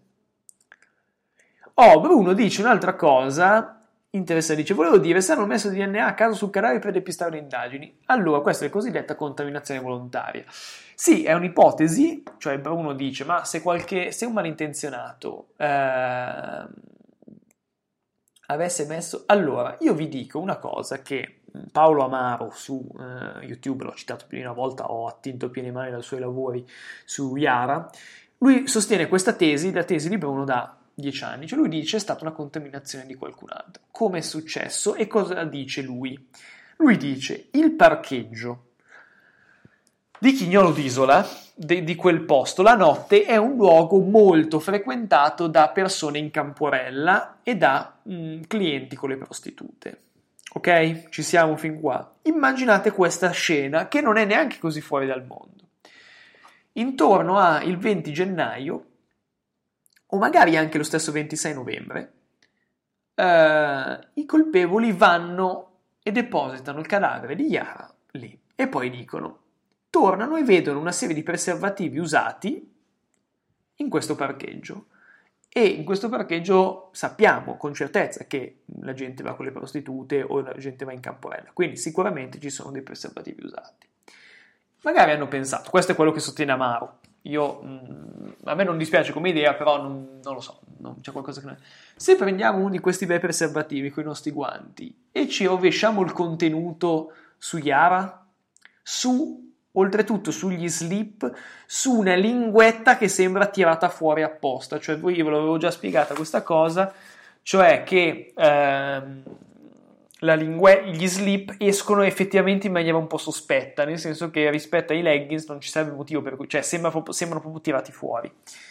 Oh, Bruno dice un'altra cosa interessante, dice: volevo dire se hanno messo D N A a caso sul cadavere per depistare le indagini. Allora, questa è cosiddetta contaminazione volontaria. Sì, è un'ipotesi, cioè Bruno dice: ma se qualche se un malintenzionato eh, avesse messo... Allora, io vi dico una cosa che Paolo Amaro su eh, YouTube, l'ho citato più di una volta, ho attinto piene mani dai suoi lavori su Yara, lui sostiene questa tesi, la tesi di Bruno da dieci anni, cioè lui dice è stata una contaminazione di qualcun altro. Come è successo e cosa dice lui? Lui dice: il parcheggio di Chignolo d'Isola, de, di quel posto, la notte è un luogo molto frequentato da persone in Camporella e da mh, clienti con le prostitute. Ok? Ci siamo fin qua. Immaginate questa scena che non è neanche così fuori dal mondo. Intorno al venti gennaio, o magari anche lo stesso ventisei novembre, eh, i colpevoli vanno e depositano il cadavere di Yara lì e poi dicono, tornano e vedono una serie di preservativi usati in questo parcheggio, e in questo parcheggio sappiamo con certezza che la gente va con le prostitute o la gente va in Camporella, quindi sicuramente ci sono dei preservativi usati. Magari hanno pensato, questo è quello che sostiene Amaro. Io, mh, a me non dispiace come idea, però non, non lo so, non, c'è qualcosa che non è. Se prendiamo uno di questi bei preservativi con i nostri guanti e ci rovesciamo il contenuto su Yara, su, oltretutto sugli slip, su una linguetta che sembra tirata fuori apposta, cioè voi, io ve l'avevo già spiegata questa cosa, cioè che ehm, la lingue- gli slip escono effettivamente in maniera un po' sospetta, nel senso che rispetto ai leggings non ci sarebbe motivo per cui, cioè sembra proprio, sembrano proprio tirati fuori.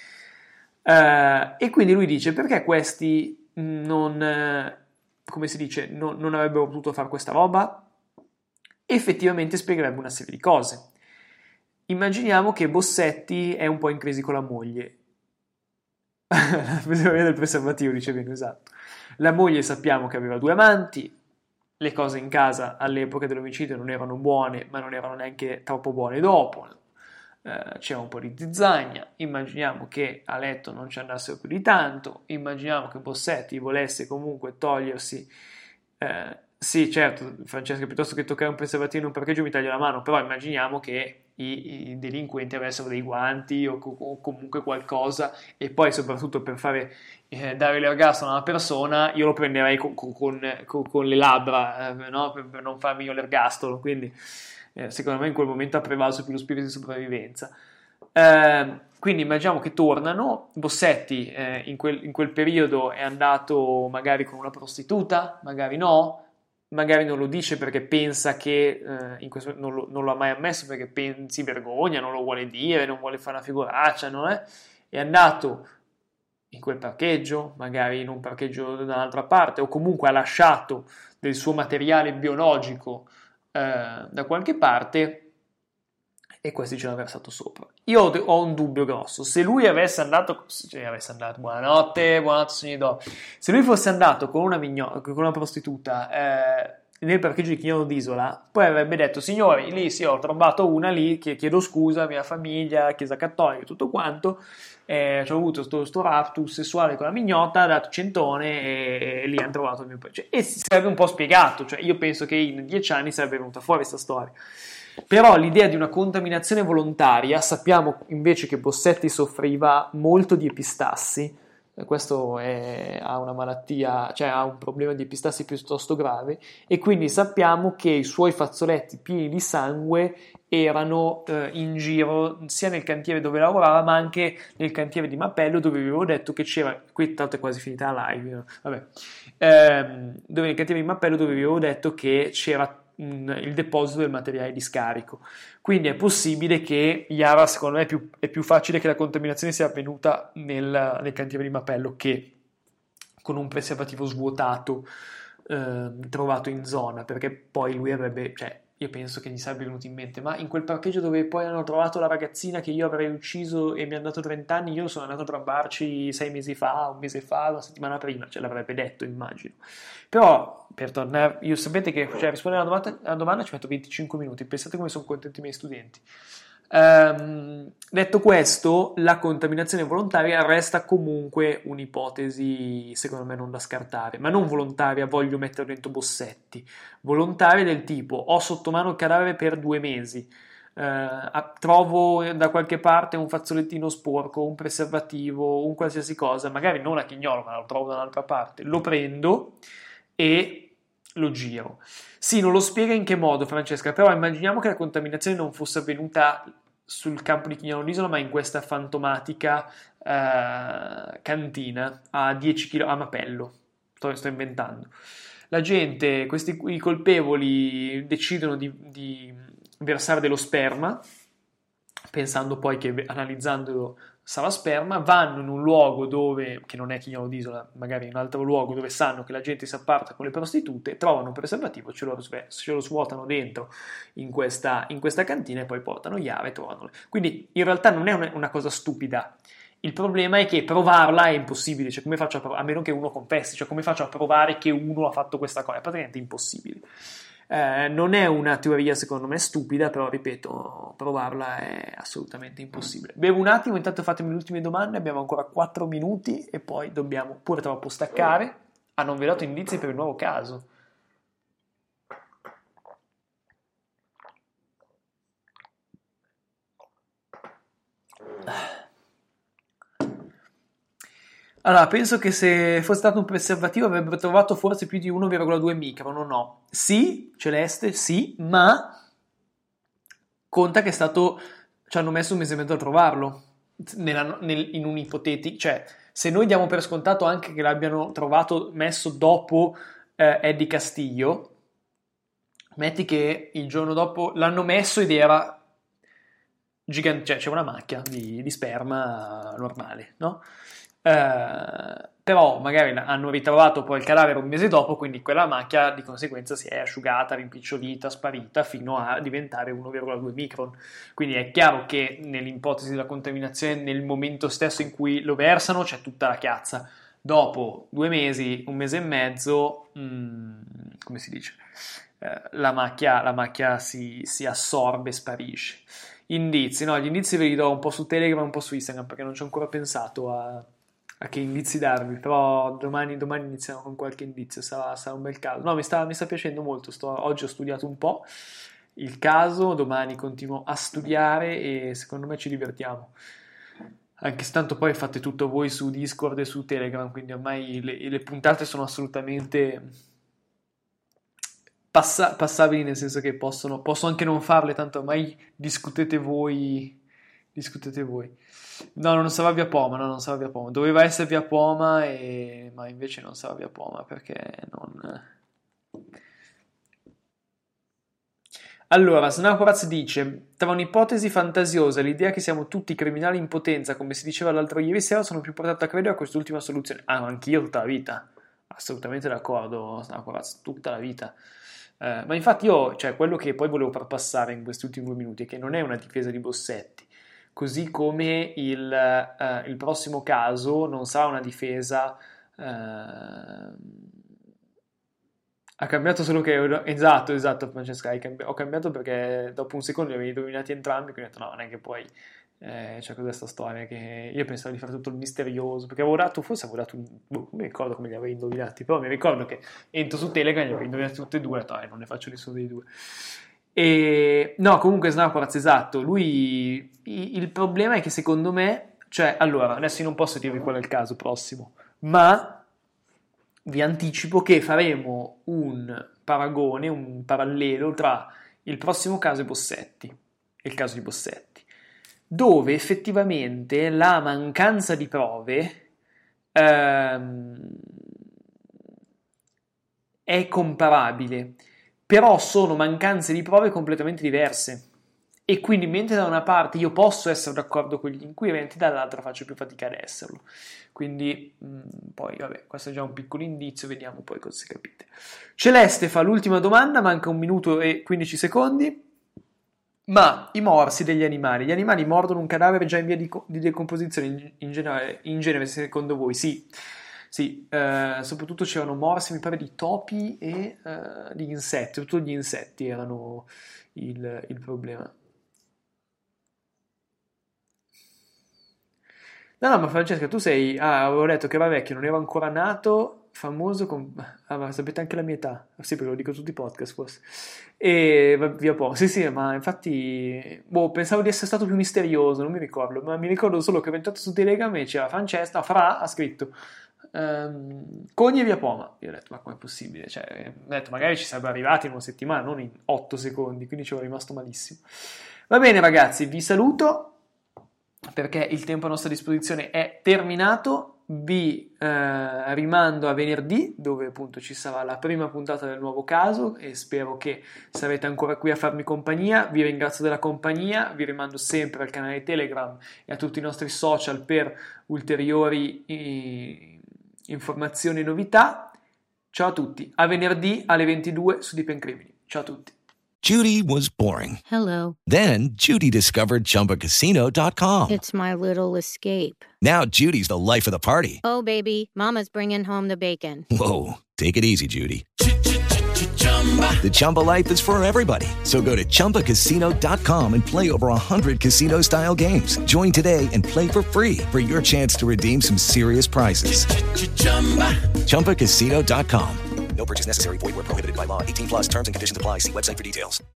Uh, e quindi lui dice: perché questi non, uh, come si dice, non, non avrebbero potuto fare questa roba? Effettivamente spiegherebbe una serie di cose. Immaginiamo che Bossetti è un po' in crisi con la moglie. del preservativo, dice bene, esatto. La moglie sappiamo che aveva due amanti. Le cose in casa all'epoca dell'omicidio non erano buone, ma non erano neanche troppo buone dopo. Eh, c'era un po' di zizzagna. Immaginiamo che a letto non ci andassero più di tanto. Immaginiamo che Bossetti volesse comunque togliersi... Eh, sì, certo, Francesca, piuttosto che toccare un preservativo in un parcheggio mi taglio la mano, però immaginiamo che i, i delinquenti avessero dei guanti o, o comunque qualcosa, e poi soprattutto per fare eh, dare l'ergastolo a una persona io lo prenderei con, con, con, con le labbra, eh, no? per, per non farmi io l'ergastolo, quindi eh, secondo me in quel momento ha prevalso più lo spirito di sopravvivenza. Eh, quindi immaginiamo che tornano. Bossetti eh, in, quel, in quel periodo è andato magari con una prostituta, magari no, magari non lo dice perché pensa che eh, in questo, non, lo, non lo ha mai ammesso perché pen, si vergogna, non lo vuole dire, non vuole fare una figuraccia, no? Eh? È andato in quel parcheggio, magari in un parcheggio da un'altra parte, o comunque ha lasciato del suo materiale biologico eh, da qualche parte, e questi ce l'ha versato sopra. Io ho, ho un dubbio grosso, se lui avesse andato, cioè avesse andato, buonanotte, buonanotte sogni d'oro, se lui fosse andato con una, migno, con una prostituta eh, nel parcheggio di Chignano d'Isola, poi avrebbe detto, signori, lì sì, ho trovato una lì, chiedo scusa, mia famiglia, chiesa cattolica, tutto quanto, eh, ho avuto sto, sto raptus sessuale con la mignota, ha dato centone e, e lì hanno trovato il mio cioè, e si sarebbe un po' spiegato, cioè io penso che in dieci anni sarebbe venuta fuori questa storia. Però l'idea di una contaminazione volontaria, sappiamo invece che Bossetti soffriva molto di epistassi, questo è, ha una malattia, cioè ha un problema di epistassi piuttosto grave, e quindi sappiamo che i suoi fazzoletti pieni di sangue erano eh, in giro sia nel cantiere dove lavorava ma anche nel cantiere di Mappello, dove vi avevo detto che c'era, qui tanto è quasi finita la live, no? Vabbè, ehm, dove nel cantiere di Mappello dove vi avevo detto che c'era il deposito del materiale di scarico. Quindi è possibile che Yara, secondo me è più, è più facile che la contaminazione sia avvenuta nel, nel cantiere di Mappello che con un preservativo svuotato eh, trovato in zona, perché poi lui avrebbe, cioè io penso che gli sarebbe venuto in mente, ma in quel parcheggio dove poi hanno trovato la ragazzina che io avrei ucciso e mi hanno dato trenta anni, io sono andato a trovarci sei mesi fa, un mese fa, una settimana prima, ce l'avrebbe detto, immagino. Però, per tornare, io sapete che cioè, rispondere alla domanda, alla domanda ci metto venticinque minuti, pensate come sono contenti i miei studenti. Um, detto questo, la contaminazione volontaria resta comunque un'ipotesi secondo me non da scartare, ma non volontaria voglio mettere dentro Bossetti, volontaria del tipo ho sotto mano il cadavere per due mesi, uh, trovo da qualche parte un fazzolettino sporco, un preservativo, un qualsiasi cosa, magari non a Chignolo ma lo trovo da un'altra parte, lo prendo e lo giro. Sì, non lo spiega in che modo Francesca, però immaginiamo che la contaminazione non fosse avvenuta sul campo di Chignano d'Isola ma in questa fantomatica eh, cantina a dieci chilometri a Mappello, sto, sto inventando. La gente, questi i colpevoli decidono di, di versare dello sperma, pensando poi che analizzandolo sarà sperma, vanno in un luogo dove, che non è Chignano d'Isola, magari in un altro luogo dove sanno che la gente si apparta con le prostitute, trovano un preservativo, ce lo, ce lo svuotano dentro in questa, in questa cantina e poi portano Yara e trovano. Quindi in realtà non è una, una cosa stupida. Il problema è che provarla è impossibile, cioè come faccio a provare, a meno che uno confessi, cioè come faccio a provare che uno ha fatto questa cosa, è praticamente impossibile. Eh, non è una teoria secondo me stupida, però ripeto, provarla è assolutamente impossibile. Bevo un attimo, intanto fatemi le ultime domande, abbiamo ancora quattro minuti e poi dobbiamo pure troppo staccare. Ah, non vi ho dato indizi per il nuovo caso. Allora, penso che se fosse stato un preservativo avrebbero trovato forse più di uno virgola due micron, o no? Sì, Celeste, sì, ma conta che è stato, ci hanno messo un mese e mezzo a trovarlo, nella, nel, in un ipotetico, cioè se noi diamo per scontato anche che l'abbiano trovato messo dopo eh, Eddie Castillo, metti che il giorno dopo l'hanno messo ed era gigante, cioè c'è una macchia di, di sperma normale, no? Uh, però magari hanno ritrovato poi il cadavere un mese dopo, quindi quella macchia di conseguenza si è asciugata, rimpicciolita, sparita fino a diventare uno virgola due micron. Quindi è chiaro che nell'ipotesi della contaminazione nel momento stesso in cui lo versano c'è tutta la chiazza. Dopo due mesi, un mese e mezzo, mh, come si dice, eh, la macchia, la macchia si, si assorbe e sparisce. Indizi, no, gli indizi ve li do un po' su Telegram e un po' su Instagram perché non ci ho ancora pensato a a che indizi darvi, però domani, domani iniziamo con qualche indizio, sarà, sarà un bel caso. No, mi sta, mi sta piacendo molto, sto, oggi ho studiato un po' il caso, domani continuo a studiare e secondo me ci divertiamo. Anche se tanto poi fate tutto voi su Discord e su Telegram, quindi ormai le, le puntate sono assolutamente passa, passabili, nel senso che possono, posso anche non farle, tanto ormai discutete voi, discutete voi. No, non sarà via Poma, no, non sarà via Poma. Doveva essere via Poma, e... ma invece non sarà via Poma perché non... Allora, Snaporaz dice: tra un'ipotesi fantasiosa e l'idea che siamo tutti criminali in potenza, come si diceva l'altro ieri sera, sono più portato a credere a quest'ultima soluzione. Ah, ma anch'io tutta la vita. Assolutamente d'accordo, Snaporaz, tutta la vita. Uh, ma infatti io, cioè, quello che poi volevo far passare in questi ultimi due minuti è che non è una difesa di Bossetti, così come il, uh, il prossimo caso non sarà una difesa... Uh, ha cambiato solo che... Esatto, esatto, Francesca, hai cambi... ho cambiato perché dopo un secondo li avevi dominati entrambi, quindi ho detto no, non è che poi... Eh, cioè cos'è sta storia che io pensavo di fare tutto il misterioso, perché avevo dato, forse avevo dato un, boh, non mi ricordo come li avevi indovinati, però mi ricordo che entro su Telegram li avevi indovinati tutti e due, ho detto, eh, non ne faccio nessuno dei due. E no, comunque Snarkoraz, esatto, lui il problema è che secondo me, cioè allora adesso io non posso dirvi qual è il caso prossimo, ma vi anticipo che faremo un paragone, un parallelo tra il prossimo caso e Bossetti, il caso di Bossetti, dove effettivamente la mancanza di prove ehm, è comparabile, però sono mancanze di prove completamente diverse, e quindi mentre da una parte io posso essere d'accordo con gli inquirenti, dall'altra faccio più fatica ad esserlo, quindi mh, poi vabbè, questo è già un piccolo indizio, vediamo poi cosa si capite. Celeste fa l'ultima domanda, manca un minuto e quindici secondi. Ma i morsi degli animali, gli animali mordono un cadavere già in via di, di decomposizione in, in, genere, in genere, secondo voi? Sì, sì, eh, soprattutto c'erano morsi, mi pare, di topi e eh, di insetti, soprattutto gli insetti erano il, il problema. No, no, ma Francesca, tu sei... Ah, avevo detto che era vecchio, non ero ancora nato, famoso con... Ah, ma sapete anche la mia età? Sì, perché lo dico tutti i podcast, forse. E via po'. Sì, sì, ma infatti... Boh, pensavo di essere stato più misterioso, non mi ricordo, ma mi ricordo solo che ho entrato su Telegram e c'era Francesca, Fra, ha scritto... Um, Cogni e via Poma. Io ho detto, ma com'è possibile? Cioè, ho detto, magari ci sarebbe arrivati in una settimana, non in otto secondi, quindi ci ero rimasto malissimo. Va bene, ragazzi, vi saluto, perché il tempo a nostra disposizione è terminato. Vi eh, rimando a venerdì, dove appunto ci sarà la prima puntata del nuovo caso, e spero che sarete ancora qui a farmi compagnia. Vi ringrazio della compagnia, vi rimando sempre al canale Telegram e a tutti i nostri social per ulteriori eh, informazioni e novità. Ciao a tutti, a venerdì alle ventidue su Deep and Crimini. Ciao a tutti. Judy was boring. Hello. Then Judy discovered Chumba Casino dot com. It's my little escape. Now Judy's the life of the party. Oh, baby, mama's bringing home the bacon. Whoa, take it easy, Judy. The Chumba life is for everybody. So go to Chumba Casino dot com and play over one hundred casino-style games. Join today and play for free for your chance to redeem some serious prizes. Chumba Casino dot com. No purchase necessary. Void where prohibited by law. eighteen plus terms and conditions apply. See website for details.